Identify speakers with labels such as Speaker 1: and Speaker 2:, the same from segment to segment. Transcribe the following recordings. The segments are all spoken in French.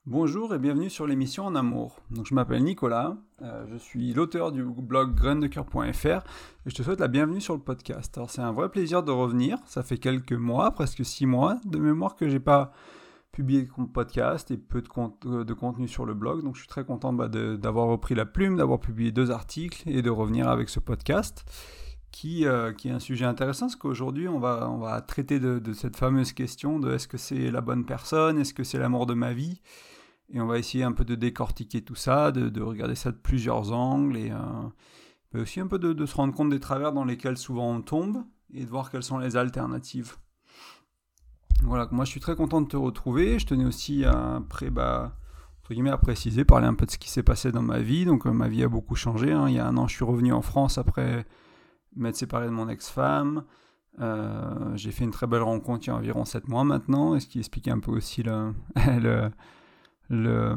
Speaker 1: Bonjour et bienvenue sur l'émission En Amour. Donc, je m'appelle Nicolas, je suis l'auteur du blog graindecoeur.fr et je te souhaite la bienvenue sur le podcast. Alors c'est un vrai plaisir de revenir, ça fait quelques mois, presque 6 mois de mémoire que j'ai pas publié de podcast et peu de contenu sur le blog, donc je suis très content d'avoir repris la plume, d'avoir publié 2 articles et de revenir avec ce podcast qui est un sujet intéressant parce qu'aujourd'hui on va traiter de cette fameuse question de est-ce que c'est la bonne personne, est-ce que c'est l'amour de ma vie. Et on va essayer un peu de décortiquer tout ça, de regarder ça de plusieurs angles et aussi un peu de se rendre compte des travers dans lesquels souvent on tombe et de voir quelles sont les alternatives. Voilà, moi je suis très content de te retrouver. Je tenais aussi entre guillemets, à préciser, parler un peu de ce qui s'est passé dans ma vie. Donc ma vie a beaucoup changé. Il y a un an, je suis revenu en France après m'être séparé de mon ex-femme. J'ai fait une très belle rencontre il y a environ 7 mois maintenant, et ce qui explique un peu aussi le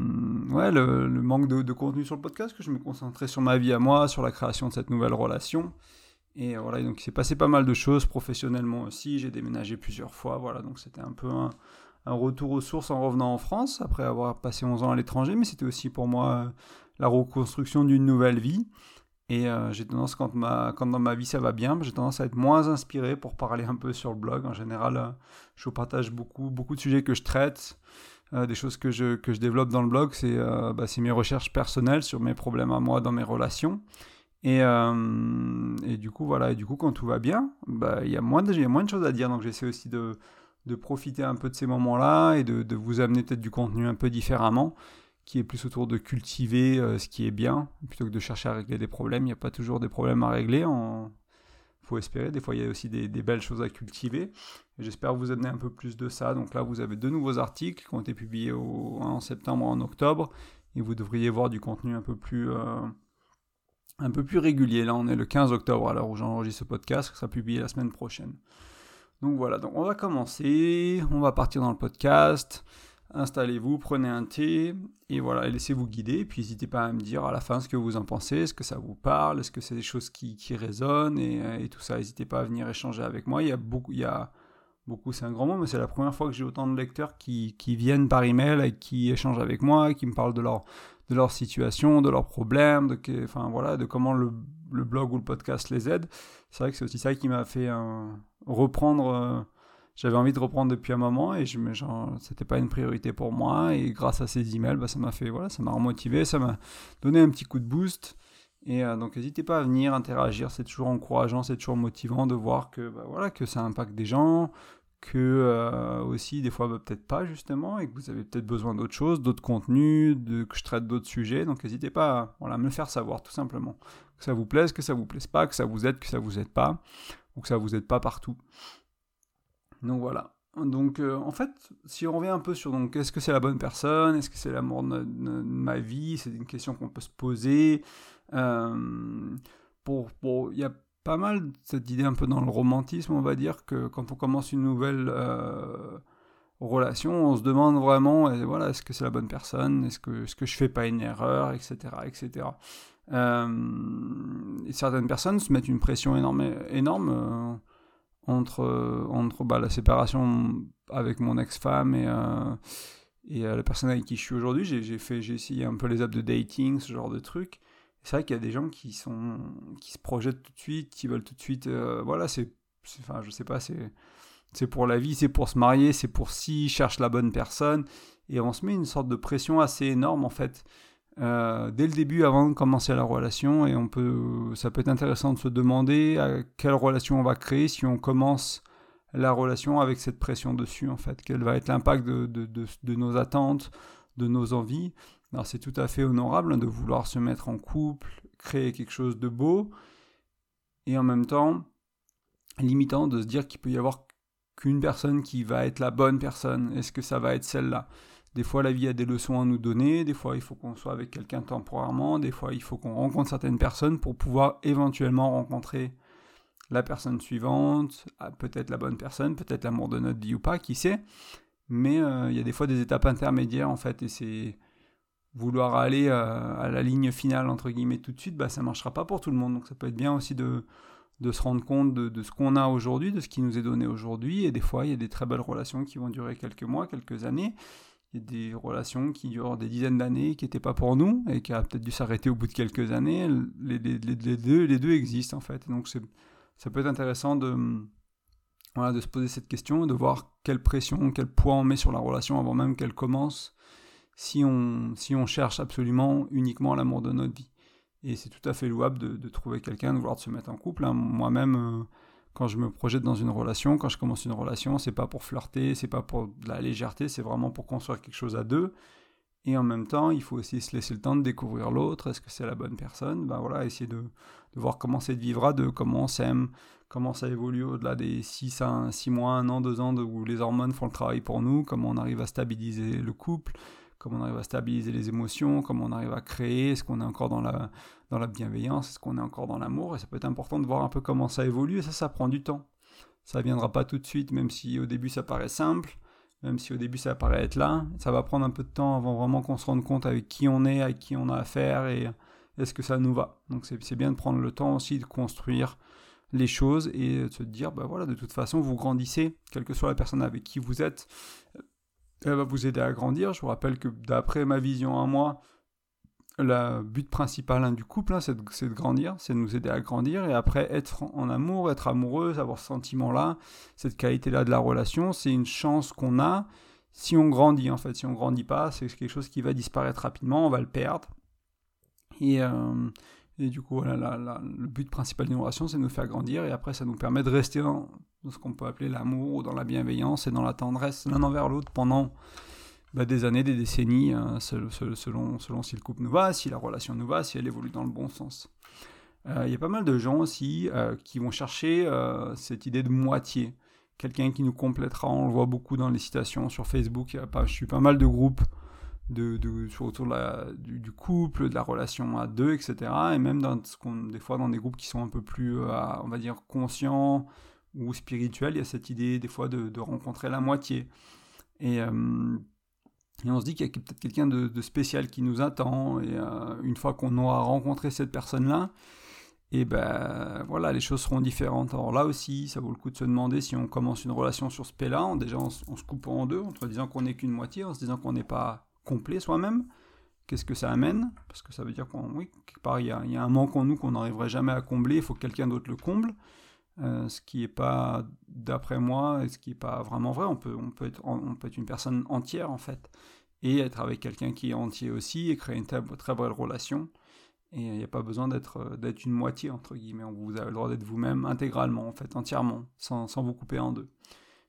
Speaker 1: manque de contenu sur le podcast, que je me concentrais sur ma vie à moi, sur la création de cette nouvelle relation. Et voilà, donc il s'est passé pas mal de choses professionnellement aussi, j'ai déménagé plusieurs fois, voilà, donc c'était un peu un retour aux sources en revenant en France, après avoir passé 11 ans à l'étranger, mais c'était aussi pour moi la reconstruction d'une nouvelle vie. Et j'ai tendance, quand dans ma vie ça va bien, j'ai tendance à être moins inspiré pour parler un peu sur le blog. En général, je vous partage beaucoup de sujets que je traite. Des choses que je développe dans le blog, c'est mes recherches personnelles sur mes problèmes à moi dans mes relations. Et du coup, voilà, et du coup, quand tout va bien, il y a moins de choses à dire. Donc j'essaie aussi de profiter un peu de ces moments-là et de vous amener peut-être du contenu un peu différemment, qui est plus autour de cultiver ce qui est bien, plutôt que de chercher à régler des problèmes. Il n'y a pas toujours des problèmes à régler, faut espérer. Des fois, il y a aussi des belles choses à cultiver. Et j'espère vous amener un peu plus de ça. Donc là, vous avez 2 nouveaux articles qui ont été publiés en septembre et en octobre. Et vous devriez voir du contenu un peu plus régulier. Là, on est le 15 octobre à l'heure où j'enregistre ce podcast, qui sera publié la semaine prochaine. Donc voilà, donc on va commencer. On va partir dans le podcast. Installez-vous, prenez un thé, et voilà, et laissez-vous guider. Et puis n'hésitez pas à me dire à la fin ce que vous en pensez, est-ce que ça vous parle, est-ce que c'est des choses qui résonnent, et tout ça. N'hésitez pas à venir échanger avec moi. Il y a beaucoup, c'est un grand mot, mais c'est la première fois que j'ai autant de lecteurs qui viennent par email et qui échangent avec moi, qui me parlent de leur situation, de leurs problèmes, de comment le blog ou le podcast les aide. C'est vrai que c'est aussi ça qui m'a fait reprendre... J'avais envie de reprendre depuis un moment et c'était pas une priorité pour moi. Et grâce à ces emails, ça m'a remotivé, ça m'a donné un petit coup de boost. Et donc n'hésitez pas à venir interagir, c'est toujours encourageant, c'est toujours motivant de voir que ça impacte des gens, que aussi des fois peut-être pas justement, et que vous avez peut-être besoin d'autres choses, d'autres contenus, que je traite d'autres sujets. Donc n'hésitez pas à me le faire savoir tout simplement. Que ça vous plaise, que ça vous plaise pas, que ça vous aide, que ça vous aide pas, ou que ça vous aide pas partout. Donc voilà. Donc en fait, si on revient un peu sur est-ce que c'est la bonne personne, est-ce que c'est l'amour de ma vie, c'est une question qu'on peut se poser. Il y a pas mal cette idée un peu dans le romantisme, on va dire, que quand on commence une nouvelle relation, on se demande vraiment, est-ce que c'est la bonne personne, est-ce que je fais pas une erreur, etc., etc. Et certaines personnes se mettent une pression énorme entre la séparation avec mon ex-femme et la personne avec qui je suis aujourd'hui. J'ai essayé un peu les apps de dating, ce genre de trucs. C'est vrai qu'il y a des gens qui se projettent tout de suite, qui veulent tout de suite, je sais pas, c'est pour la vie, c'est pour se marier, c'est pour cherche la bonne personne, et on se met une sorte de pression assez énorme en fait. Dès le début, avant de commencer la relation, et ça peut être intéressant de se demander à quelle relation on va créer si on commence la relation avec cette pression dessus, en fait. Quel va être l'impact de nos attentes, de nos envies. Alors c'est tout à fait honorable de vouloir se mettre en couple, créer quelque chose de beau, et en même temps, limitant de se dire qu'il peut y avoir qu'une personne qui va être la bonne personne. Est-ce que ça va être celle-là ? Des fois, la vie a des leçons à nous donner, des fois, il faut qu'on soit avec quelqu'un temporairement, des fois, il faut qu'on rencontre certaines personnes pour pouvoir éventuellement rencontrer la personne suivante, peut-être la bonne personne, peut-être l'amour de notre vie ou pas, qui sait. Mais il y a des fois des étapes intermédiaires, en fait, et c'est vouloir aller à la ligne finale, entre guillemets, tout de suite, ça ne marchera pas pour tout le monde. Donc ça peut être bien aussi de se rendre compte de ce qu'on a aujourd'hui, de ce qui nous est donné aujourd'hui, et des fois, il y a des très belles relations qui vont durer quelques mois, quelques années, Il y a des relations qui durent des dizaines d'années, qui n'étaient pas pour nous, et qui a peut-être dû s'arrêter au bout de quelques années. Les deux existent, en fait. Donc, ça peut être intéressant de se poser cette question et de voir quelle pression, quel poids on met sur la relation avant même qu'elle commence, si on cherche absolument uniquement l'amour de notre vie. Et c'est tout à fait louable de trouver quelqu'un, de vouloir se mettre en couple. Hein. Moi-même, quand je me projette dans une relation, quand je commence une relation, c'est pas pour flirter, c'est pas pour de la légèreté, c'est vraiment pour construire quelque chose à deux. Et en même temps, il faut aussi se laisser le temps de découvrir l'autre. Est-ce que c'est la bonne personne ? Ben voilà, essayer de voir comment c'est de vivre à deux, comment on s'aime, comment ça évolue au-delà des 6 mois, 1 an, 2 ans où les hormones font le travail pour nous, comment on arrive à stabiliser le couple, comment on arrive à stabiliser les émotions, comment on arrive à créer, est-ce qu'on est encore dans la bienveillance, est-ce qu'on est encore dans l'amour, et ça peut être important de voir un peu comment ça évolue, et ça prend du temps. Ça ne viendra pas tout de suite, même si au début ça paraît simple, même si au début ça paraît être là, ça va prendre un peu de temps avant vraiment qu'on se rende compte avec qui on est, avec qui on a affaire, et est-ce que ça nous va. Donc c'est bien de prendre le temps aussi de construire les choses, et de se dire, bah voilà, de toute façon, vous grandissez, quelle que soit la personne avec qui vous êtes, elle va vous aider à grandir. Je vous rappelle que d'après ma vision à moi, le but principal du couple, c'est de grandir, c'est de nous aider à grandir, et après être en amour, être amoureux, avoir ce sentiment-là, cette qualité-là de la relation, c'est une chance qu'on a si on grandit en fait. Si on grandit pas, c'est quelque chose qui va disparaître rapidement, on va le perdre. Et du coup, voilà, le but principal d'une relation, c'est de nous faire grandir, et après ça nous permet de rester dans ce qu'on peut appeler l'amour, ou dans la bienveillance et dans la tendresse l'un envers l'autre pendant des années, des décennies, selon si le couple nous va, si la relation nous va, si elle évolue dans le bon sens. Il y a pas mal de gens aussi qui vont chercher cette idée de moitié. Quelqu'un qui nous complétera, on le voit beaucoup dans les citations sur Facebook, je suis pas mal de groupes autour du couple, de la relation à deux, etc. Et même des fois dans des groupes qui sont un peu plus, on va dire, conscients ou spirituels, il y a cette idée des fois de rencontrer la moitié. Et on se dit qu'il y a peut-être quelqu'un de spécial qui nous attend, et une fois qu'on aura rencontré cette personne-là, et ben voilà, les choses seront différentes. Alors là aussi, ça vaut le coup de se demander si on commence une relation sur ce P-là, en se coupant en deux, en se disant qu'on n'est qu'une moitié, en se disant qu'on n'est pas complet soi-même. Qu'est-ce que ça amène ? Parce que ça veut dire quelque part, il y a un manque en nous qu'on n'arriverait jamais à combler, il faut que quelqu'un d'autre le comble. Ce qui n'est pas, d'après moi, et ce qui n'est pas vraiment vrai. On peut être une personne entière, en fait, et être avec quelqu'un qui est entier aussi, et créer une très belle relation. Et il n'y a pas besoin d'être une moitié, entre guillemets. Vous avez le droit d'être vous-même intégralement, en fait, entièrement, sans vous couper en deux.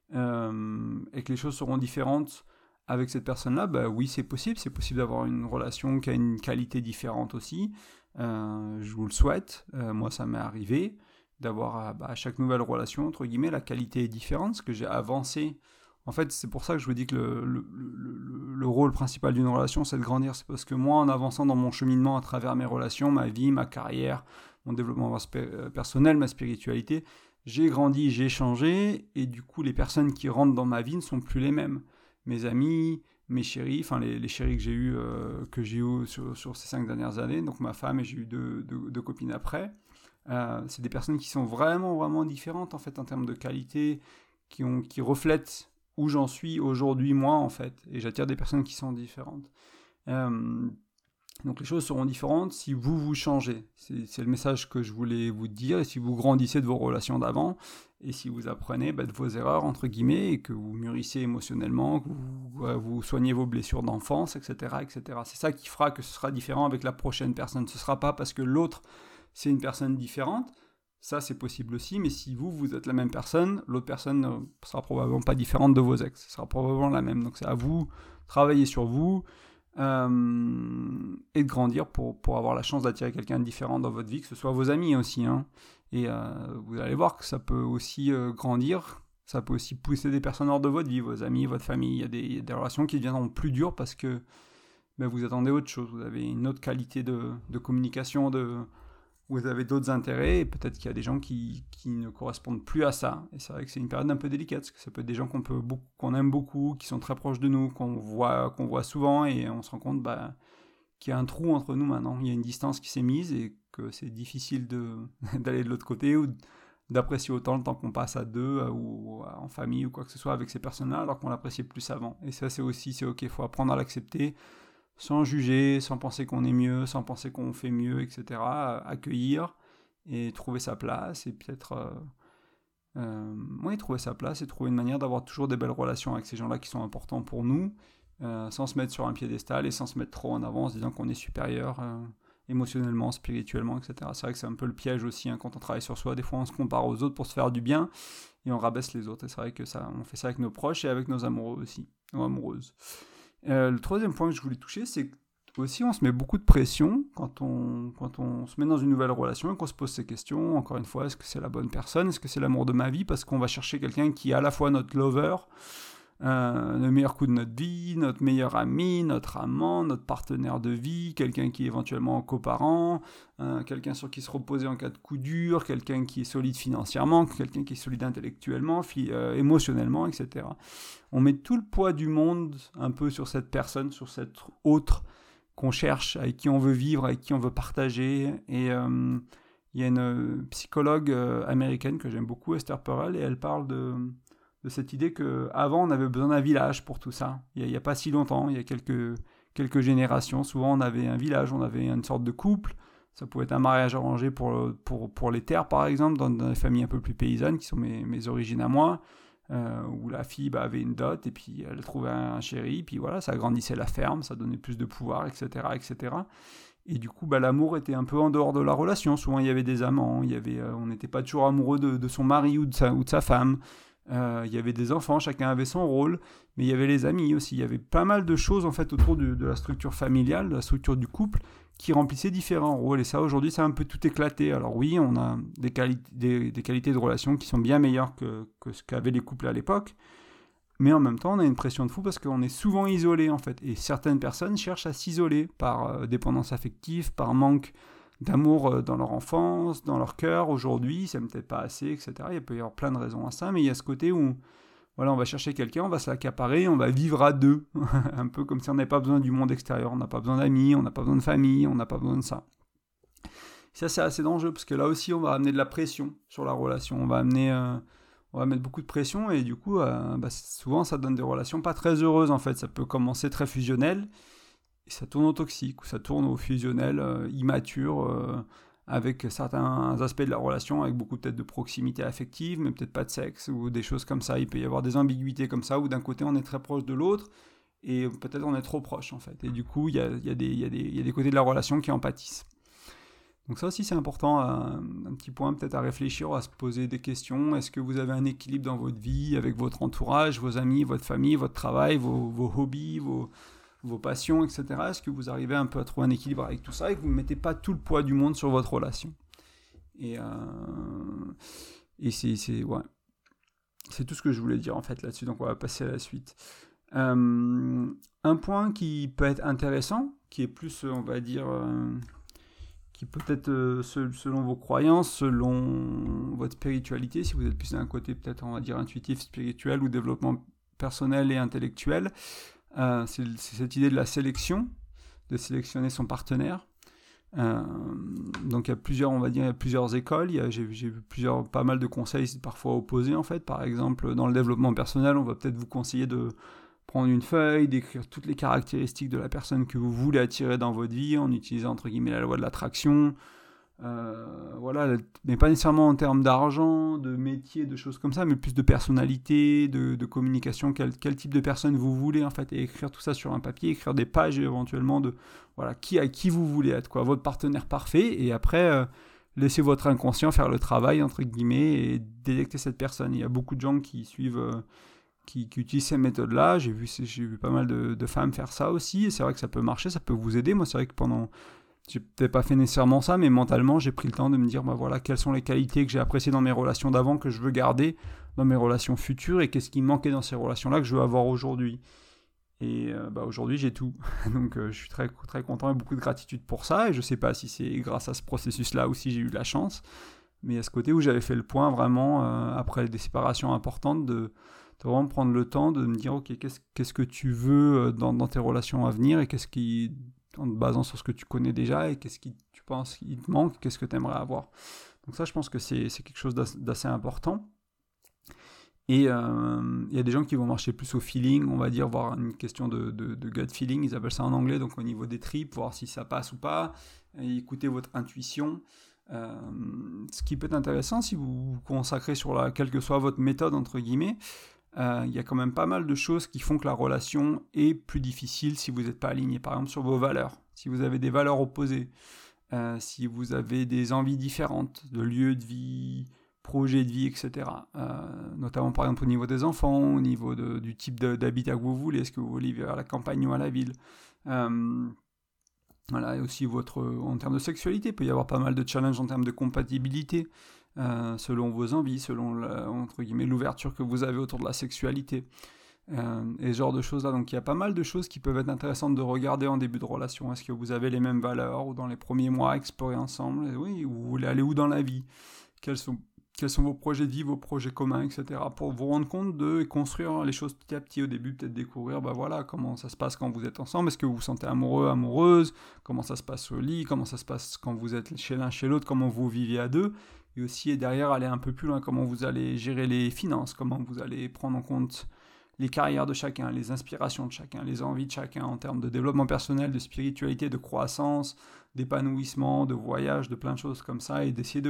Speaker 1: Et que les choses seront différentes avec cette personne-là, oui, c'est possible d'avoir une relation qui a une qualité différente aussi. Je vous le souhaite. Moi, ça m'est arrivé d'avoir à chaque nouvelle relation, entre guillemets, la qualité est différente, parce que j'ai avancé. En fait, c'est pour ça que je vous dis que le rôle principal d'une relation, c'est de grandir. C'est parce que moi, en avançant dans mon cheminement à travers mes relations, ma vie, ma carrière, mon développement personnel, ma spiritualité, j'ai grandi, j'ai changé, et du coup, les personnes qui rentrent dans ma vie ne sont plus les mêmes. Mes amis, mes chéris, enfin les chéris que j'ai eu sur ces 5 dernières années, donc ma femme, et j'ai eu deux copines après, c'est des personnes qui sont vraiment, vraiment différentes, en fait, en termes de qualité, qui reflètent où j'en suis aujourd'hui, moi, en fait, et j'attire des personnes qui sont différentes. Donc les choses seront différentes si vous changez. C'est le message que je voulais vous dire, et si vous grandissez de vos relations d'avant, et si vous apprenez de vos erreurs, entre guillemets, et que vous mûrissez émotionnellement, que vous soignez vos blessures d'enfance, etc., etc. C'est ça qui fera que ce sera différent avec la prochaine personne. Ce ne sera pas parce que l'autre, c'est une personne différente. Ça, c'est possible aussi, mais si vous êtes la même personne, l'autre personne ne sera probablement pas différente de vos ex. Ce sera probablement la même. Donc c'est à vous de travailler sur vous, et de grandir pour avoir la chance d'attirer quelqu'un de différent dans votre vie, que ce soit vos amis aussi. Et vous allez voir que ça peut aussi grandir, ça peut aussi pousser des personnes hors de votre vie, vos amis, votre famille. Il y a des relations qui deviendront plus dures parce que vous attendez autre chose, vous avez une autre qualité de communication, vous avez d'autres intérêts, et peut-être qu'il y a des gens qui ne correspondent plus à ça. Et c'est vrai que c'est une période un peu délicate, parce que ça peut être des gens qu'on aime beaucoup, qui sont très proches de nous, qu'on voit souvent, et on se rend compte qu'il y a un trou entre nous maintenant. Il y a une distance qui s'est mise, et que c'est difficile d'aller de l'autre côté, ou d'apprécier autant le temps qu'on passe à deux ou en famille ou quoi que ce soit avec ces personnes-là, alors qu'on l'appréciait plus avant. Et ça, c'est ok, il faut apprendre à l'accepter, sans juger, sans penser qu'on est mieux, sans penser qu'on fait mieux, etc. Accueillir et trouver sa place, et peut-être... trouver sa place et trouver une manière d'avoir toujours des belles relations avec ces gens-là qui sont importants pour nous, sans se mettre sur un piédestal et sans se mettre trop en avant en se disant qu'on est supérieur émotionnellement, spirituellement, etc. C'est vrai que c'est un peu le piège aussi quand on travaille sur soi. Des fois, on se compare aux autres pour se faire du bien et on rabaisse les autres. Et c'est vrai que on fait ça avec nos proches et avec nos amoureux aussi, ou amoureuses. Le troisième point que je voulais toucher, c'est que aussi on se met beaucoup de pression quand on se met dans une nouvelle relation et qu'on se pose ces questions. Encore une fois, est-ce que c'est la bonne personne? Est-ce que c'est l'amour de ma vie? Parce qu'on va chercher quelqu'un qui est à la fois notre lover, le meilleur coup de notre vie, notre meilleur ami, notre amant, notre partenaire de vie, quelqu'un qui est éventuellement coparent, quelqu'un sur qui se reposer en cas de coup dur, quelqu'un qui est solide financièrement, quelqu'un qui est solide intellectuellement, émotionnellement, etc. On met tout le poids du monde un peu sur cette personne, sur cette autre qu'on cherche, avec qui on veut vivre, avec qui on veut partager. Et il y a une psychologue américaine que j'aime beaucoup, Esther Perel, et elle parle de cette idée qu'avant on avait besoin d'un village pour tout ça. Il n'y a pas si longtemps, il y a quelques générations, souvent on avait un village, on avait une sorte de couple. Ça pouvait être un mariage arrangé pour les terres, par exemple, dans des familles un peu plus paysannes, qui sont mes origines à moi, où la fille avait une dot, et puis elle trouvait un chéri, puis voilà, ça agrandissait la ferme, ça donnait plus de pouvoir, etc. etc. Et du coup, l'amour était un peu en dehors de la relation. Souvent, il y avait des amants, on n'était pas toujours amoureux de son mari ou de sa femme. Il y avait des enfants, chacun avait son rôle, mais il y avait les amis aussi. Il y avait pas mal de choses en fait autour de la structure familiale, de la structure du couple, qui remplissaient différents rôles. Et ça, aujourd'hui, ça a un peu tout éclaté. Alors oui, on a des qualités de relation qui sont bien meilleures que ce qu'avaient les couples à l'époque, mais en même temps, on a une pression de fou parce qu'on est souvent isolé en fait. Et certaines personnes cherchent à s'isoler par dépendance affective, par manque d'amour dans leur enfance, dans leur cœur. Aujourd'hui, ça ne peut-être pas assez, etc. Il peut y avoir plein de raisons à ça, mais il y a ce côté où voilà, on va chercher quelqu'un, on va se l'accaparer, on va vivre à deux. Un peu comme si on n'avait pas besoin du monde extérieur, on n'a pas besoin d'amis, on n'a pas besoin de famille, on n'a pas besoin de ça. Ça, c'est assez dangereux, parce que là aussi, on va amener de la pression sur la relation. On va mettre beaucoup de pression, et du coup, souvent, ça donne des relations pas très heureuses, en fait. Ça peut commencer très fusionnel, et ça tourne au toxique, ou ça tourne au fusionnel immature, avec certains aspects de la relation, avec beaucoup peut-être de proximité affective, mais peut-être pas de sexe, ou des choses comme ça. Il peut y avoir des ambiguïtés comme ça, où d'un côté on est très proche de l'autre, et peut-être on est trop proche en fait. Et du coup, il y a des côtés de la relation qui en pâtissent. Donc ça aussi c'est important, un petit point peut-être à réfléchir, à se poser des questions. Est-ce que vous avez un équilibre dans votre vie, avec votre entourage, vos amis, votre famille, votre travail, vos hobbies, vos passions, etc. Est-ce que vous arrivez un peu à trouver un équilibre avec tout ça et que vous ne mettez pas tout le poids du monde sur votre relation? Et c'est tout ce que je voulais dire en fait là-dessus, donc on va passer à la suite. Un point qui peut être intéressant, qui est plus, on va dire, qui peut être selon vos croyances, selon votre spiritualité, si vous êtes plus d'un côté peut-être, on va dire, intuitif, spirituel ou développement personnel et intellectuel, c'est cette idée de la sélection, de sélectionner son partenaire. Donc il y a plusieurs écoles, j'ai vu pas mal de conseils parfois opposés en fait. Par exemple, dans le développement personnel, on va peut-être vous conseiller de prendre une feuille, d'écrire toutes les caractéristiques de la personne que vous voulez attirer dans votre vie en utilisant entre guillemets la loi de l'attraction. Voilà, mais pas nécessairement en termes d'argent, de métier, de choses comme ça, mais plus de personnalité, de communication, quel type de personne vous voulez en fait, et écrire tout ça sur un papier, écrire des pages éventuellement de voilà, qui vous voulez être, quoi, votre partenaire parfait, et après laissez votre inconscient faire le travail entre guillemets et détecter cette personne. Il y a beaucoup de gens qui suivent qui utilisent ces méthodes-là. J'ai vu pas mal de femmes faire ça aussi, et c'est vrai que ça peut marcher, ça peut vous aider. Moi, c'est vrai que j'ai peut-être pas fait nécessairement ça, mais mentalement, j'ai pris le temps de me dire, voilà, quelles sont les qualités que j'ai appréciées dans mes relations d'avant, que je veux garder dans mes relations futures, et qu'est-ce qui me manquait dans ces relations-là que je veux avoir aujourd'hui. Et aujourd'hui, j'ai tout. Donc, je suis très, très content et beaucoup de gratitude pour ça, et je sais pas si c'est grâce à ce processus-là ou si j'ai eu de la chance, mais à ce côté où j'avais fait le point vraiment, après des séparations importantes, de vraiment prendre le temps de me dire, ok, qu'est-ce que tu veux dans tes relations à venir, et qu'est-ce qui, en te basant sur ce que tu connais déjà, et qu'est-ce qui tu penses qu'il te manque, qu'est-ce que tu aimerais avoir. Donc ça, je pense que c'est quelque chose d'assez important. Et il y a des gens qui vont marcher plus au feeling, on va dire, voir une question de gut feeling, ils appellent ça en anglais, donc au niveau des tripes, voir si ça passe ou pas, et écouter votre intuition. Ce qui peut être intéressant si vous vous consacrez sur quelle que soit votre méthode, entre guillemets, il y a quand même pas mal de choses qui font que la relation est plus difficile si vous n'êtes pas aligné. Par exemple, sur vos valeurs. Si vous avez des valeurs opposées, si vous avez des envies différentes de lieu de vie, projet de vie, etc. Notamment par exemple au niveau des enfants, au niveau du type d'habitat que vous voulez, est-ce que vous voulez vivre à la campagne ou à la ville. Voilà, et aussi en termes de sexualité, il peut y avoir pas mal de challenges en termes de compatibilité, selon vos envies, selon entre guillemets l'ouverture que vous avez autour de la sexualité. Et ce genre de choses là, donc il y a pas mal de choses qui peuvent être intéressantes de regarder en début de relation. Est-ce que vous avez les mêmes valeurs, ou dans les premiers mois explorer ensemble, et oui, ou vous voulez aller où dans la vie, quels sont vos projets de vie, vos projets communs, etc. Pour vous rendre compte et construire les choses petit à petit. Au début, peut-être découvrir voilà, comment ça se passe quand vous êtes ensemble. Est-ce que vous vous sentez amoureux, amoureuse? Comment ça se passe au lit? Comment ça se passe quand vous êtes chez l'un, chez l'autre? Comment vous vivez à deux? Et aussi, derrière, aller un peu plus loin. Comment vous allez gérer les finances? Comment vous allez prendre en compte les carrières de chacun, les inspirations de chacun, les envies de chacun en termes de développement personnel, de spiritualité, de croissance, d'épanouissement, de voyage, de plein de choses comme ça, et d'essayer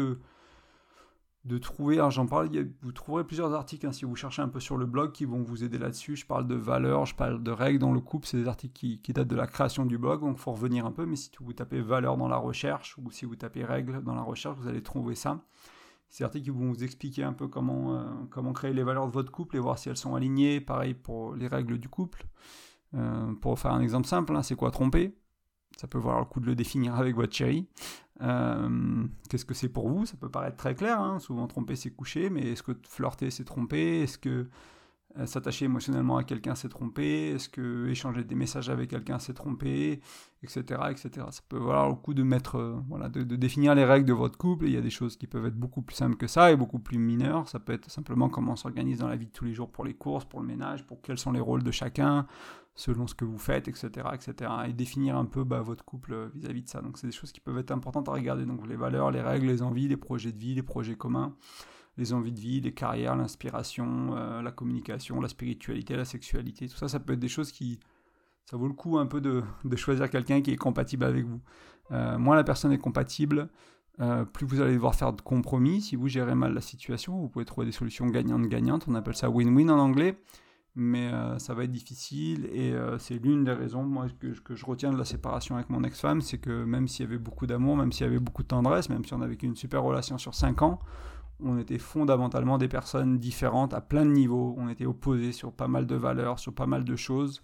Speaker 1: de trouver, alors j'en parle, vous trouverez plusieurs articles si vous cherchez un peu sur le blog qui vont vous aider là-dessus. Je parle de valeurs, je parle de règles dans le couple, c'est des articles qui datent de la création du blog, donc il faut revenir un peu, mais si vous tapez valeurs dans la recherche, ou si vous tapez règles dans la recherche, vous allez trouver ça. C'est des articles qui vont vous expliquer un peu comment créer les valeurs de votre couple et voir si elles sont alignées. Pareil pour les règles du couple. Pour faire un exemple simple, c'est quoi tromper? Ça peut valoir le coup de le définir avec votre chérie. Qu'est-ce que c'est pour vous? Ça peut paraître très clair. Souvent, tromper, c'est coucher, mais est-ce que flirter, c'est tromper? Est-ce que s'attacher émotionnellement à quelqu'un, c'est tromper? Est-ce que échanger des messages avec quelqu'un, c'est tromper? Etc., etc. Ça peut valoir le coup de de définir les règles de votre couple. Et il y a des choses qui peuvent être beaucoup plus simples que ça et beaucoup plus mineures. Ça peut être simplement comment on s'organise dans la vie de tous les jours pour les courses, pour le ménage, pour quels sont les rôles de chacun, selon ce que vous faites, etc., etc. Et définir un peu votre couple vis-à-vis de ça. Donc c'est des choses qui peuvent être importantes à regarder. Donc les valeurs, les règles, les envies, les projets de vie, les projets communs, les envies de vie, les carrières, l'inspiration, la communication, la spiritualité, la sexualité. Tout ça, ça peut être des choses ça vaut le coup un peu de choisir quelqu'un qui est compatible avec vous. Moins la personne est compatible, plus vous allez devoir faire de compromis. Si vous gérez mal la situation, vous pouvez trouver des solutions gagnantes-gagnantes. On appelle ça win-win en anglais. Mais ça va être difficile et c'est l'une des raisons moi, que je retiens de la séparation avec mon ex-femme, c'est que même s'il y avait beaucoup d'amour, même s'il y avait beaucoup de tendresse, même si on a vécu une super relation sur 5 ans, on était fondamentalement des personnes différentes à plein de niveaux, on était opposés sur pas mal de valeurs, sur pas mal de choses,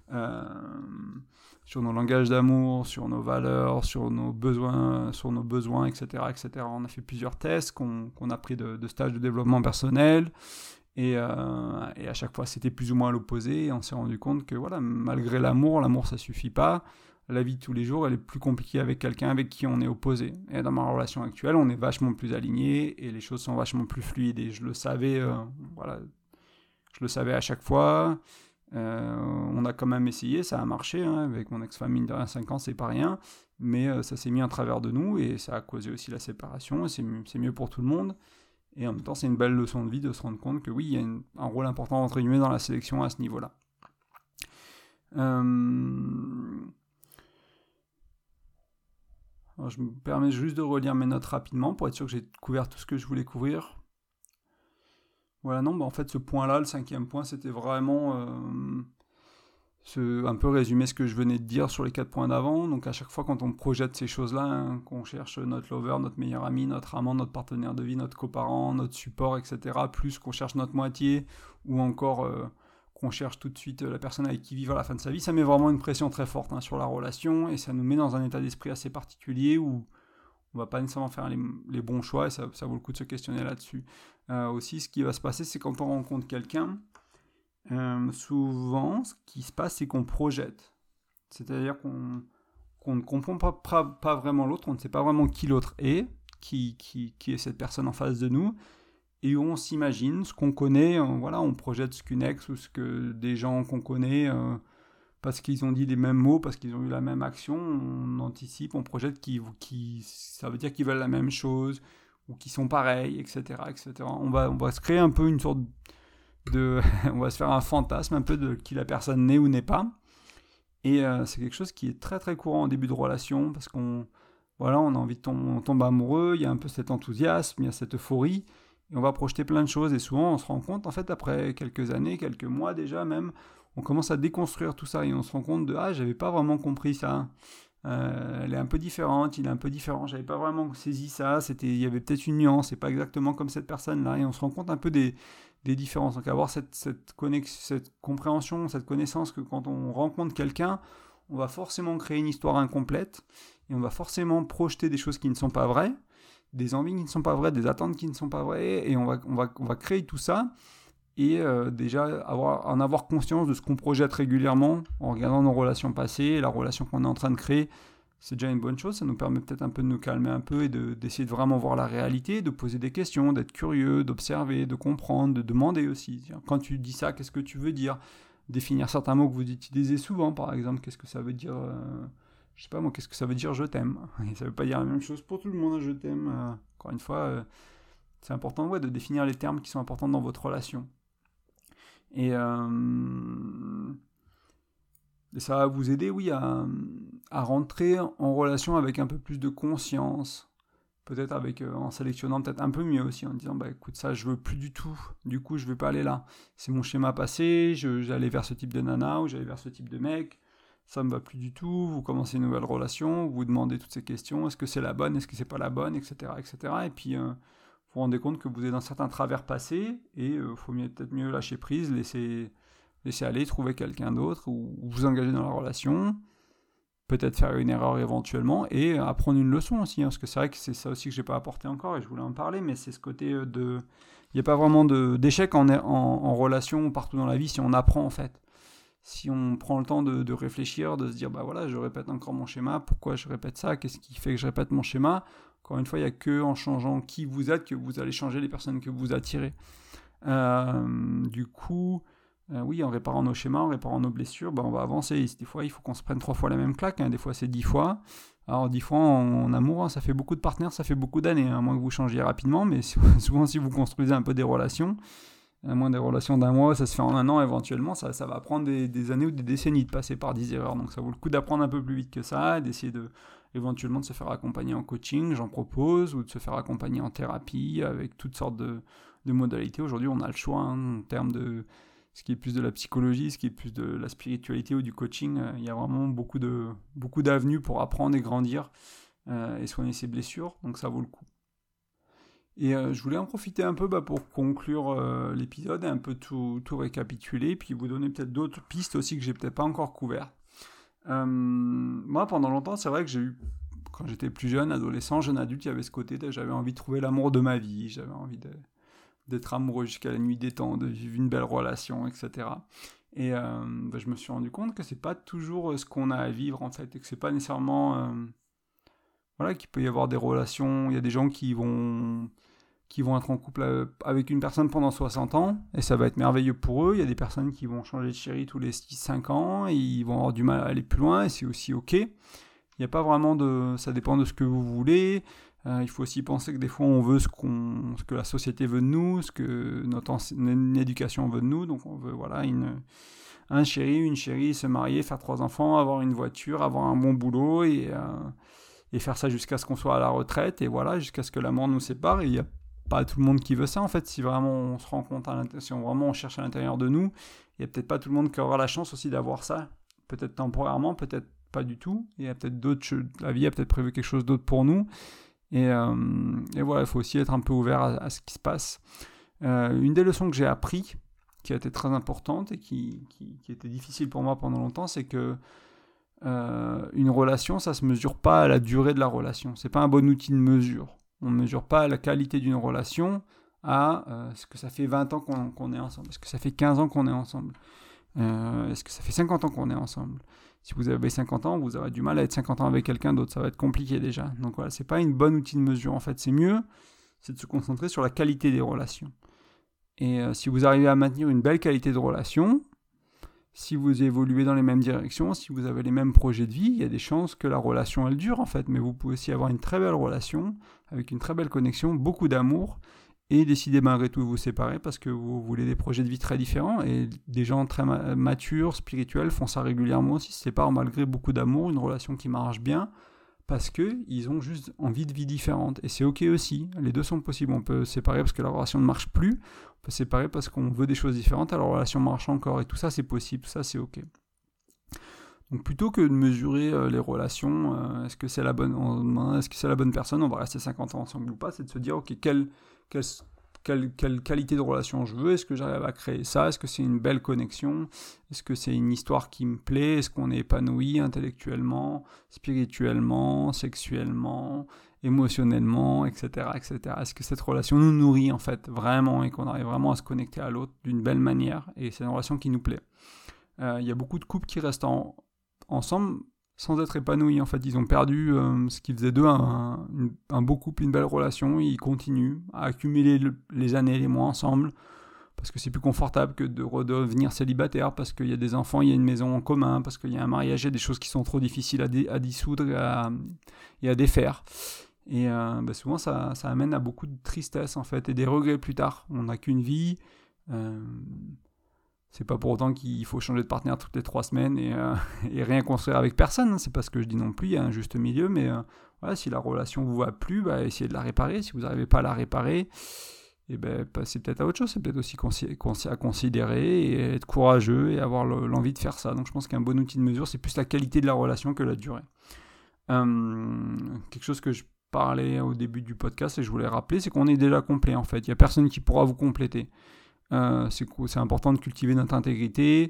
Speaker 1: sur nos langages d'amour, sur nos valeurs, sur nos besoins, etc., etc. On a fait plusieurs tests qu'on a pris de stages de développement personnel. Et à chaque fois, c'était plus ou moins à l'opposé. Et on s'est rendu compte que malgré l'amour, ça suffit pas. La vie de tous les jours, elle est plus compliquée avec quelqu'un avec qui on est opposé. Et dans ma relation actuelle, on est vachement plus alignés et les choses sont vachement plus fluides. Et je le savais, je le savais à chaque fois. On a quand même essayé, ça a marché. Avec mon ex-femme, mine de rien, 5 ans, c'est pas rien. Mais ça s'est mis en travers de nous et ça a causé aussi la séparation. Et c'est mieux pour tout le monde. Et en même temps, c'est une belle leçon de vie de se rendre compte que oui, il y a un rôle important entre guillemets dans la sélection à ce niveau-là. Alors, je me permets juste de relire mes notes rapidement pour être sûr que j'ai couvert tout ce que je voulais couvrir. Voilà, non, en fait, ce point-là, le 5e point, c'était vraiment un peu résumer ce que je venais de dire sur les 4 points d'avant. Donc à chaque fois quand on projette ces choses-là, qu'on cherche notre lover, notre meilleur ami, notre amant, notre partenaire de vie, notre coparent, notre support, etc., plus qu'on cherche notre moitié, ou encore qu'on cherche tout de suite la personne avec qui vivre à la fin de sa vie, ça met vraiment une pression très forte sur la relation, et ça nous met dans un état d'esprit assez particulier où on va pas nécessairement faire les bons choix, et ça vaut le coup de se questionner là-dessus. Aussi, ce qui va se passer, c'est quand on rencontre quelqu'un, souvent, ce qui se passe, c'est qu'on projette. C'est-à-dire qu'on ne comprend pas vraiment l'autre, on ne sait pas vraiment qui l'autre est, qui est cette personne en face de nous, et on s'imagine ce qu'on connaît, on projette ce qu'une ex ou ce que des gens qu'on connaît, parce qu'ils ont dit les mêmes mots, parce qu'ils ont eu la même action, on anticipe, on projette ça veut dire qu'ils veulent la même chose, ou qui sont pareils, etc., etc. On va se créer un peu une sorte de... on va se faire un fantasme un peu de qui la personne n'est ou n'est pas. Et c'est quelque chose qui est très très courant au début de relation, parce qu'on a envie de on tombe amoureux, il y a un peu cet enthousiasme, il y a cette euphorie, et on va projeter plein de choses, et souvent on se rend compte, en fait, après quelques années, quelques mois déjà même, on commence à déconstruire tout ça, et on se rend compte de « Ah, j'avais pas vraiment compris ça, elle est un peu différente, il est un peu différent, j'avais pas vraiment saisi ça, il y avait peut-être une nuance, c'est pas exactement comme cette personne-là », et on se rend compte un peu des différences. Donc avoir cette compréhension, cette connaissance que quand on rencontre quelqu'un, on va forcément créer une histoire incomplète, et on va forcément projeter des choses qui ne sont pas vraies, des envies qui ne sont pas vraies, des attentes qui ne sont pas vraies, et on va créer tout ça, et déjà en avoir conscience de ce qu'on projette régulièrement en regardant nos relations passées, la relation qu'on est en train de créer. C'est déjà une bonne chose, ça nous permet peut-être un peu de nous calmer un peu et d'essayer de vraiment voir la réalité, de poser des questions, d'être curieux, d'observer, de comprendre, de demander aussi. Quand tu dis ça, qu'est-ce que tu veux dire ? Définir certains mots que vous utilisez souvent, par exemple, qu'est-ce que ça veut dire je sais pas moi, qu'est-ce que ça veut dire je t'aime ? Et ça veut pas dire la même chose pour tout le monde, je t'aime. Encore une fois, c'est important de définir les termes qui sont importants dans votre relation. Et ça va vous aider, à rentrer en relation avec un peu plus de conscience, peut-être en sélectionnant peut-être un peu mieux aussi, en disant écoute, ça je veux plus du tout, du coup je vais pas aller là, c'est mon schéma passé, j'allais vers ce type de nana ou j'allais vers ce type de mec, ça me va plus du tout. Vous commencez une nouvelle relation, vous vous demandez toutes ces questions, est-ce que c'est la bonne, est-ce que c'est pas la bonne, etc., et puis vous vous rendez compte que vous êtes dans certains travers passés et faut peut-être mieux lâcher prise, laisser aller, trouver quelqu'un d'autre ou vous engager dans la relation, peut-être faire une erreur éventuellement et apprendre une leçon aussi, parce que c'est vrai que c'est ça aussi que j'ai pas apporté encore et je voulais en parler, mais c'est ce côté il n'y a pas vraiment d'échec en relation partout dans la vie si on apprend en fait. Si on prend le temps de réfléchir, de se dire je répète encore mon schéma, pourquoi je répète ça, qu'est-ce qui fait que je répète mon schéma ? Encore une fois, il n'y a que en changeant qui vous êtes que vous allez changer les personnes que vous attirez. Du coup, en réparant nos schémas, en réparant nos blessures, on va avancer. Des fois, il faut qu'on se prenne 3 fois la même claque, des fois c'est 10 fois. Alors 10 fois en amour, ça fait beaucoup de partenaires, ça fait beaucoup d'années, à moins que vous changiez rapidement, mais souvent si vous construisez un peu des relations, à moins des relations d'un mois, ça se fait en un an éventuellement, ça va prendre des années ou des décennies de passer par 10 erreurs, donc ça vaut le coup d'apprendre un peu plus vite que ça, d'essayer éventuellement de se faire accompagner en coaching, j'en propose, ou de se faire accompagner en thérapie, avec toutes sortes de modalités. Aujourd'hui, on a le choix en termes de ce qui est plus de la psychologie, ce qui est plus de la spiritualité ou du coaching. Il y a vraiment beaucoup d'avenues pour apprendre et grandir et soigner ses blessures, donc ça vaut le coup. Et je voulais en profiter un peu pour conclure l'épisode et un peu tout récapituler, puis vous donner peut-être d'autres pistes aussi que j'ai peut-être pas encore couvertes. Moi, pendant longtemps, c'est vrai que quand j'étais plus jeune, adolescent, jeune adulte, il y avait ce côté, j'avais envie de trouver l'amour de ma vie, j'avais envie d'être amoureux jusqu'à la nuit des temps, de vivre une belle relation, etc. Et je me suis rendu compte que c'est pas toujours ce qu'on a à vivre, en fait, et que c'est pas nécessairement... qu'il peut y avoir des relations, il y a des gens qui vont être en couple avec une personne pendant 60 ans, et ça va être merveilleux pour eux. Il y a des personnes qui vont changer de chérie tous les 6-5 ans, et ils vont avoir du mal à aller plus loin, et c'est aussi ok. Il n'y a pas vraiment ça dépend de ce que vous voulez. Il faut aussi penser que des fois on veut ce que la société veut de nous, ce que notre éducation veut de nous, donc on veut un chéri, une chérie, se marier, faire 3 enfants, avoir une voiture, avoir un bon boulot, et faire ça jusqu'à ce qu'on soit à la retraite, et jusqu'à ce que la mort nous sépare. Et il n'y a pas tout le monde qui veut ça, en fait. Si vraiment on se rend compte, si on cherche à l'intérieur de nous, il n'y a peut-être pas tout le monde qui aura la chance aussi d'avoir ça. Peut-être temporairement, peut-être pas du tout. Il y a peut-être la vie a peut-être prévu quelque chose d'autre pour nous. Et il faut aussi être un peu ouvert à ce qui se passe. Une des leçons que j'ai appris, qui a été très importante et qui était difficile pour moi pendant longtemps, c'est que une relation, ça se mesure pas à la durée de la relation. C'est pas un bon outil de mesure. On ne mesure pas la qualité d'une relation à est-ce que ça fait 20 ans qu'on est ensemble, est-ce que ça fait 15 ans qu'on est ensemble, est-ce que ça fait 50 ans qu'on est ensemble. Si vous avez 50 ans, vous aurez du mal à être 50 ans avec quelqu'un d'autre, ça va être compliqué déjà. Donc c'est pas une bonne outil de mesure. En fait, c'est mieux, c'est de se concentrer sur la qualité des relations. Et si vous arrivez à maintenir une belle qualité de relation, si vous évoluez dans les mêmes directions, si vous avez les mêmes projets de vie, il y a des chances que la relation, elle dure en fait. Mais vous pouvez aussi avoir une très belle relation, avec une très belle connexion, beaucoup d'amour, et décider malgré tout de vous séparer parce que vous voulez des projets de vie très différents. Et des gens très matures, spirituels, font ça régulièrement aussi, se séparent malgré beaucoup d'amour, une relation qui marche bien, parce qu'ils ont juste envie de vie différente. Et c'est ok aussi, les deux sont possibles. On peut se séparer parce que la relation ne marche plus, on peut se séparer parce qu'on veut des choses différentes, alors la relation marche encore, et tout ça c'est possible, tout ça c'est ok. Donc plutôt que de mesurer les relations, est-ce que c'est la bonne personne, on va rester 50 ans ensemble ou pas, c'est de se dire ok, quelle qualité de relation je veux, est-ce que j'arrive à créer ça, est-ce que c'est une belle connexion, est-ce que c'est une histoire qui me plaît, est-ce qu'on est épanoui intellectuellement, spirituellement, sexuellement, émotionnellement, etc., etc. Est-ce que cette relation nous nourrit en fait vraiment et qu'on arrive vraiment à se connecter à l'autre d'une belle manière et c'est une relation qui nous plaît. Il y a beaucoup de couples qui restent ensemble sans être épanouis. En fait, ils ont perdu ce qui faisait d'eux un beau couple, une belle relation. Ils continuent à accumuler les années, les mois ensemble, parce que c'est plus confortable que de redevenir célibataire, parce qu'il y a des enfants, il y a une maison en commun, parce qu'il y a un mariage, il y a des choses qui sont trop difficiles à dissoudre et à défaire. Et souvent, ça amène à beaucoup de tristesse, en fait, et des regrets plus tard. On n'a qu'une vie. C'est pas pour autant qu'il faut changer de partenaire toutes les 3 semaines et rien construire avec personne. Hein. C'est pas ce que je dis non plus, il y a un juste milieu. Mais voilà, si la relation vous va plus, essayez de la réparer. Si vous n'arrivez pas à la réparer, passez peut-être à autre chose. C'est peut-être aussi à considérer et être courageux et avoir l'envie de faire ça. Donc je pense qu'un bon outil de mesure, c'est plus la qualité de la relation que la durée. Quelque chose que je parlais au début du podcast et je voulais rappeler, c'est qu'on est déjà complet en fait. Il n'y a personne qui pourra vous compléter. C'est important de cultiver notre intégrité,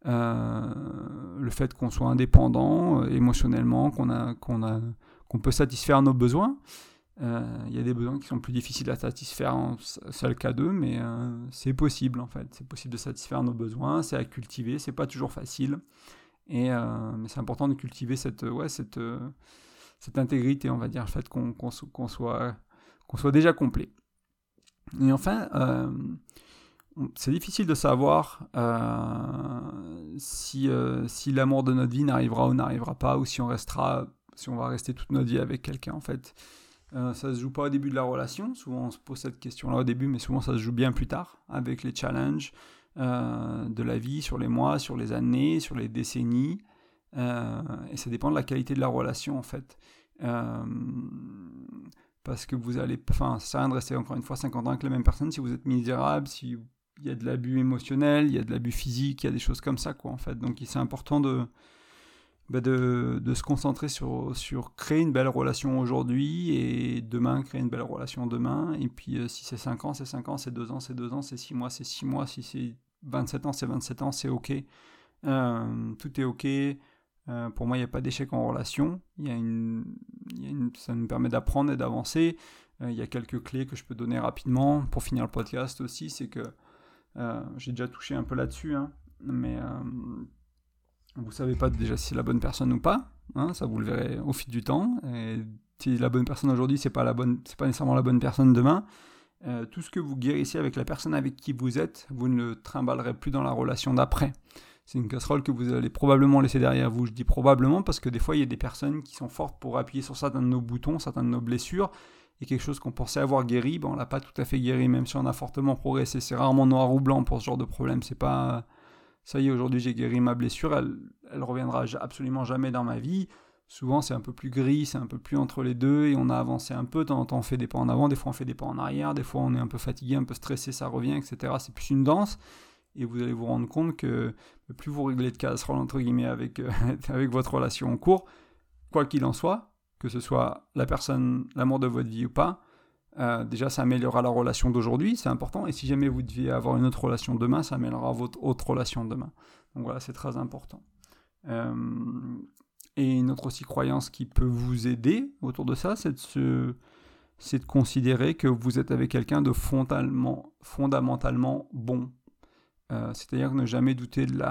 Speaker 1: le fait qu'on soit indépendant émotionnellement, qu'on peut satisfaire nos besoins. Il y a des besoins qui sont plus difficiles à satisfaire, c'est le cas d'eux, mais c'est possible en fait. C'est possible de satisfaire nos besoins, c'est à cultiver, c'est pas toujours facile. Mais c'est important de cultiver cette intégrité, on va dire, le fait qu'on soit déjà complet. Et enfin, c'est difficile de savoir si l'amour de notre vie n'arrivera ou n'arrivera pas, ou si on va rester toute notre vie avec quelqu'un en fait. Ça se joue pas au début de la relation, souvent on se pose cette question-là au début, mais souvent ça se joue bien plus tard, avec les challenges de la vie, sur les mois, sur les années, sur les décennies, et ça dépend de la qualité de la relation en fait. Parce que ça sert à rien de rester encore une fois 50 ans avec la même personne si vous êtes misérable, si il y a de l'abus émotionnel, il y a de l'abus physique, il y a des choses comme ça quoi en fait. Donc c'est important de se concentrer sur créer une belle relation aujourd'hui et demain créer une belle relation demain. Et puis si c'est 5 ans, c'est 5 ans, c'est 2 ans, c'est 2 ans, c'est 6 mois, c'est 6 mois, si c'est 27 ans, c'est 27 ans, c'est ok. Tout est ok. Pour moi, il n'y a pas d'échec en relation. Ça nous permet d'apprendre et d'avancer. Il y a quelques clés que je peux donner rapidement pour finir le podcast aussi. C'est que j'ai déjà touché un peu là-dessus, hein, mais vous ne savez pas déjà si c'est la bonne personne ou pas. Hein, ça, vous le verrez au fil du temps. Et si la bonne personne aujourd'hui, c'est pas nécessairement la bonne personne demain. Tout ce que vous guérissez avec la personne avec qui vous êtes, vous ne le trimballerez plus dans la relation d'après. C'est une casserole que vous allez probablement laisser derrière vous. Je dis probablement parce que des fois, il y a des personnes qui sont fortes pour appuyer sur certains de nos boutons, certaines de nos blessures, et quelque chose qu'on pensait avoir guéri, on ne l'a pas tout à fait guéri, même si on a fortement progressé. C'est rarement noir ou blanc pour ce genre de problème. C'est pas ça y est, aujourd'hui j'ai guéri ma blessure, elle reviendra absolument jamais dans ma vie. Souvent c'est un peu plus gris, c'est un peu plus entre les deux, et on a avancé un peu, de temps en temps on fait des pas en avant, des fois on fait des pas en arrière, des fois on est un peu fatigué, un peu stressé, ça revient, etc. C'est plus une danse. Et vous allez vous rendre compte que plus vous réglez de casserole entre guillemets avec votre relation en cours, quoi qu'il en soit, que ce soit la personne, l'amour de votre vie ou pas, déjà ça améliorera la relation d'aujourd'hui, c'est important, et si jamais vous deviez avoir une autre relation demain, ça améliorera votre autre relation demain. Donc voilà, c'est très important. Et une autre aussi croyance qui peut vous aider autour de ça, c'est de considérer que vous êtes avec quelqu'un de fondamentalement bon. C'est-à-dire ne jamais douter de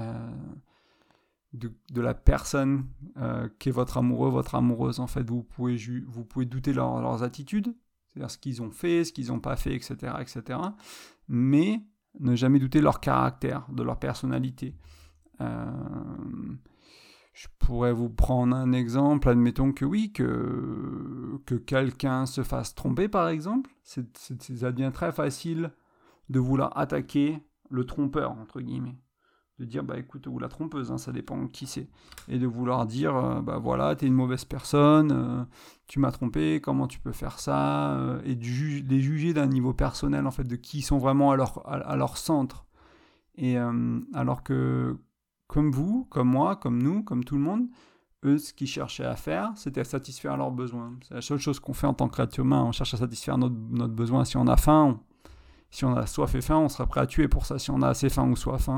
Speaker 1: la personne qui est votre amoureux, votre amoureuse. En fait, vous pouvez douter de leurs attitudes, c'est-à-dire ce qu'ils ont fait, ce qu'ils n'ont pas fait, etc., etc. Mais ne jamais douter de leur caractère, de leur personnalité. Je pourrais vous prendre un exemple, admettons que oui, que quelqu'un se fasse tromper par exemple, ça devient très facile de vouloir attaquer le trompeur, entre guillemets. De dire, écoute, ou la trompeuse, ça dépend qui c'est. Et de vouloir dire, voilà, t'es une mauvaise personne, tu m'as trompé, comment tu peux faire ça, et les juger d'un niveau personnel, en fait, de qui ils sont vraiment à leur centre. Et alors que, comme vous, comme moi, comme nous, comme tout le monde, eux, ce qu'ils cherchaient à faire, c'était à satisfaire leurs besoins. C'est la seule chose qu'on fait en tant que être humain, on cherche à satisfaire notre besoin. Si on a faim, si on a soif et faim, on sera prêt à tuer pour ça, si on a assez faim ou soif.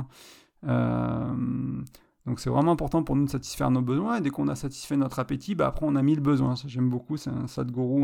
Speaker 1: Donc c'est vraiment important pour nous de satisfaire nos besoins, et dès qu'on a satisfait notre appétit, après on a 1000 besoins. Ça, j'aime beaucoup, c'est un Sadhguru,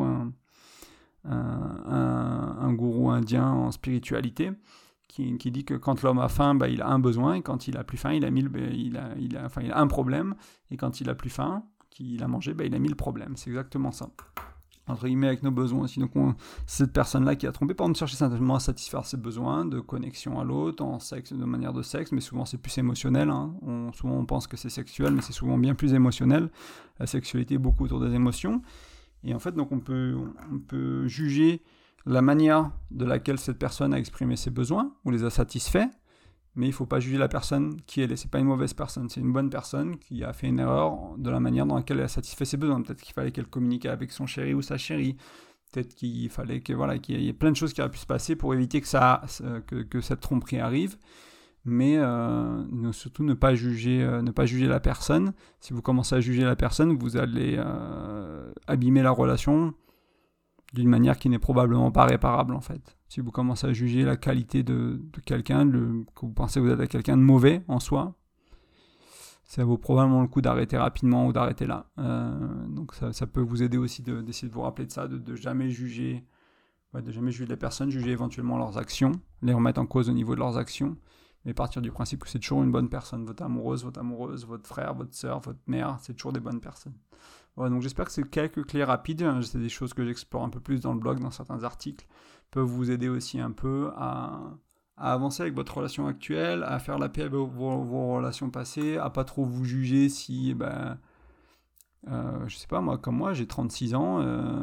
Speaker 1: un gourou indien en spiritualité qui dit que quand l'homme a faim, il a un besoin, et quand il a plus faim, il a un problème, et quand il a plus faim, qu'il a mangé, il a 1000 problèmes. C'est exactement ça, entre guillemets, avec nos besoins aussi. Donc cette personne-là qui a trompé, par exemple, chercher simplement à satisfaire ses besoins de connexion à l'autre, en sexe, de manière de sexe, mais souvent c'est plus émotionnel. Souvent on pense que c'est sexuel, mais c'est souvent bien plus émotionnel. La sexualité est beaucoup autour des émotions. Et en fait, donc on peut juger la manière de laquelle cette personne a exprimé ses besoins, ou les a satisfaits, mais il ne faut pas juger la personne qui elle est. Ce n'est pas une mauvaise personne, c'est une bonne personne qui a fait une erreur de la manière dans laquelle elle a satisfait ses besoins. Peut-être qu'il fallait qu'elle communique avec son chéri ou sa chérie. Peut-être qu'il fallait qu'il y ait plein de choses qui auraient pu se passer pour éviter que cette tromperie arrive. Mais surtout ne pas juger la personne. Si vous commencez à juger la personne, vous allez abîmer la relation d'une manière qui n'est probablement pas réparable, en fait. Si vous commencez à juger la qualité de quelqu'un, que vous pensez que vous êtes à quelqu'un de mauvais en soi, ça vaut probablement le coup d'arrêter rapidement ou d'arrêter là. Donc ça peut vous aider aussi d'essayer de vous rappeler de ça, de jamais juger les personnes, juger éventuellement leurs actions, les remettre en cause au niveau de leurs actions, mais partir du principe que c'est toujours une bonne personne. Votre amoureuse, votre frère, votre sœur, votre mère, c'est toujours des bonnes personnes. Voilà, donc j'espère que ces quelques clés rapides, c'est des choses que j'explore un peu plus dans le blog, dans certains articles, peuvent vous aider aussi un peu à avancer avec votre relation actuelle, à faire la paix avec vos relations passées, à pas trop vous juger si, je sais pas, moi, comme moi, j'ai 36 ans,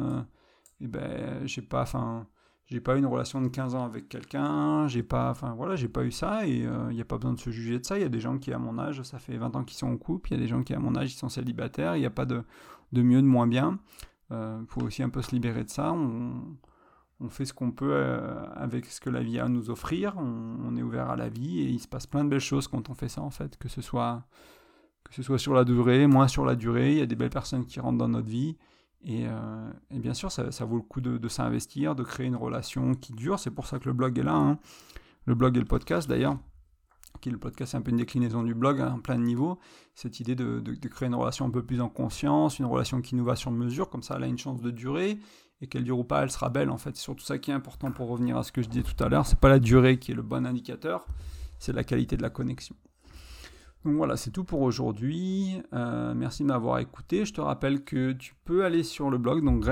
Speaker 1: j'ai pas eu une relation de 15 ans avec quelqu'un, j'ai pas eu ça, et il n'y a pas besoin de se juger de ça. Il y a des gens qui, à mon âge, ça fait 20 ans qu'ils sont en couple, il y a des gens qui, à mon âge, ils sont célibataires, il n'y a pas de mieux, de moins bien. Faut aussi un peu se libérer de ça. On fait ce qu'on peut avec ce que la vie a à nous offrir, on est ouvert à la vie, et il se passe plein de belles choses quand on fait ça, en fait, que ce soit sur la durée, moins sur la durée. Il y a des belles personnes qui rentrent dans notre vie, et bien sûr ça vaut le coup de s'investir, de créer une relation qui dure. C'est pour ça que le blog est là, le blog et le podcast d'ailleurs, le podcast c'est un peu une déclinaison du blog en plein de niveaux. Cette idée de créer une relation un peu plus en conscience, une relation qui nous va sur mesure, comme ça elle a une chance de durer, et qu'elle dure ou pas, elle sera belle, en fait. C'est surtout ça qui est important. Pour revenir à ce que je disais tout à l'heure, c'est pas la durée qui est le bon indicateur, c'est la qualité de la connexion. Donc voilà, c'est tout pour aujourd'hui. Merci de m'avoir écouté. Je te rappelle que tu peux aller sur le blog, donc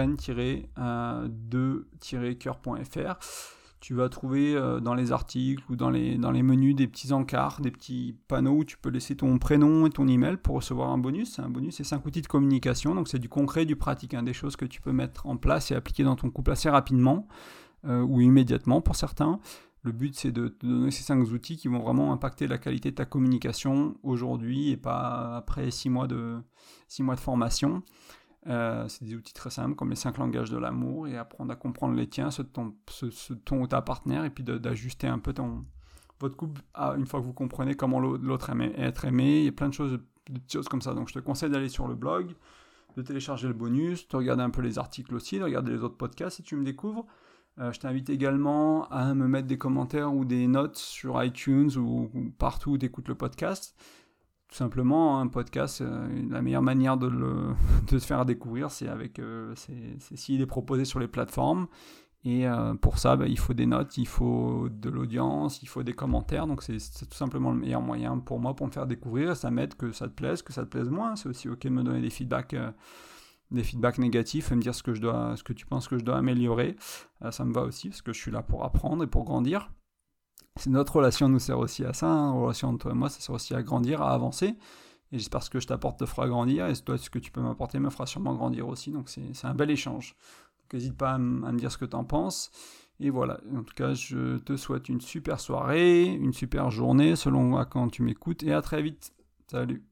Speaker 1: graine-2-coeur.fr. Tu vas trouver dans les articles ou dans les menus des petits encarts, des petits panneaux où tu peux laisser ton prénom et ton email pour recevoir un bonus. Un bonus, c'est 5 outils de communication, donc c'est du concret, du pratique, des choses que tu peux mettre en place et appliquer dans ton couple assez rapidement ou immédiatement pour certains. Le but, c'est de te donner ces 5 outils qui vont vraiment impacter la qualité de ta communication aujourd'hui et pas après 6 mois de formation. C'est des outils très simples comme les 5 langages de l'amour, et apprendre à comprendre les tiens, ceux de ton ou ta partenaire, et puis d'ajuster un peu votre couple une fois que vous comprenez comment l'autre aime être aimé. Il y a plein de petites choses comme ça. Donc je te conseille d'aller sur le blog, de télécharger le bonus, de regarder un peu les articles aussi, de regarder les autres podcasts si tu me découvres. Je t'invite également à me mettre des commentaires ou des notes sur iTunes ou partout où tu écoutes le podcast. Tout simplement, un podcast, la meilleure manière de se faire découvrir, c'est s'il est proposé sur les plateformes. Et pour ça, il faut des notes, il faut de l'audience, il faut des commentaires. Donc c'est tout simplement le meilleur moyen pour moi pour me faire découvrir. Ça m'aide que ça te plaise moins. C'est aussi ok de me donner des feedbacks négatifs et me dire ce que tu penses que je dois améliorer. Ça me va aussi, parce que je suis là pour apprendre et pour grandir. Notre relation nous sert aussi à ça, hein. La relation entre toi et moi, ça sert aussi à grandir, à avancer. Et j'espère que ce que je t'apporte te fera grandir, et toi, ce que tu peux m'apporter me fera sûrement grandir aussi. Donc c'est un bel échange. Donc n'hésite pas à me dire ce que tu en penses. Et voilà, en tout cas, je te souhaite une super soirée, une super journée, selon à quand tu m'écoutes, et à très vite. Salut.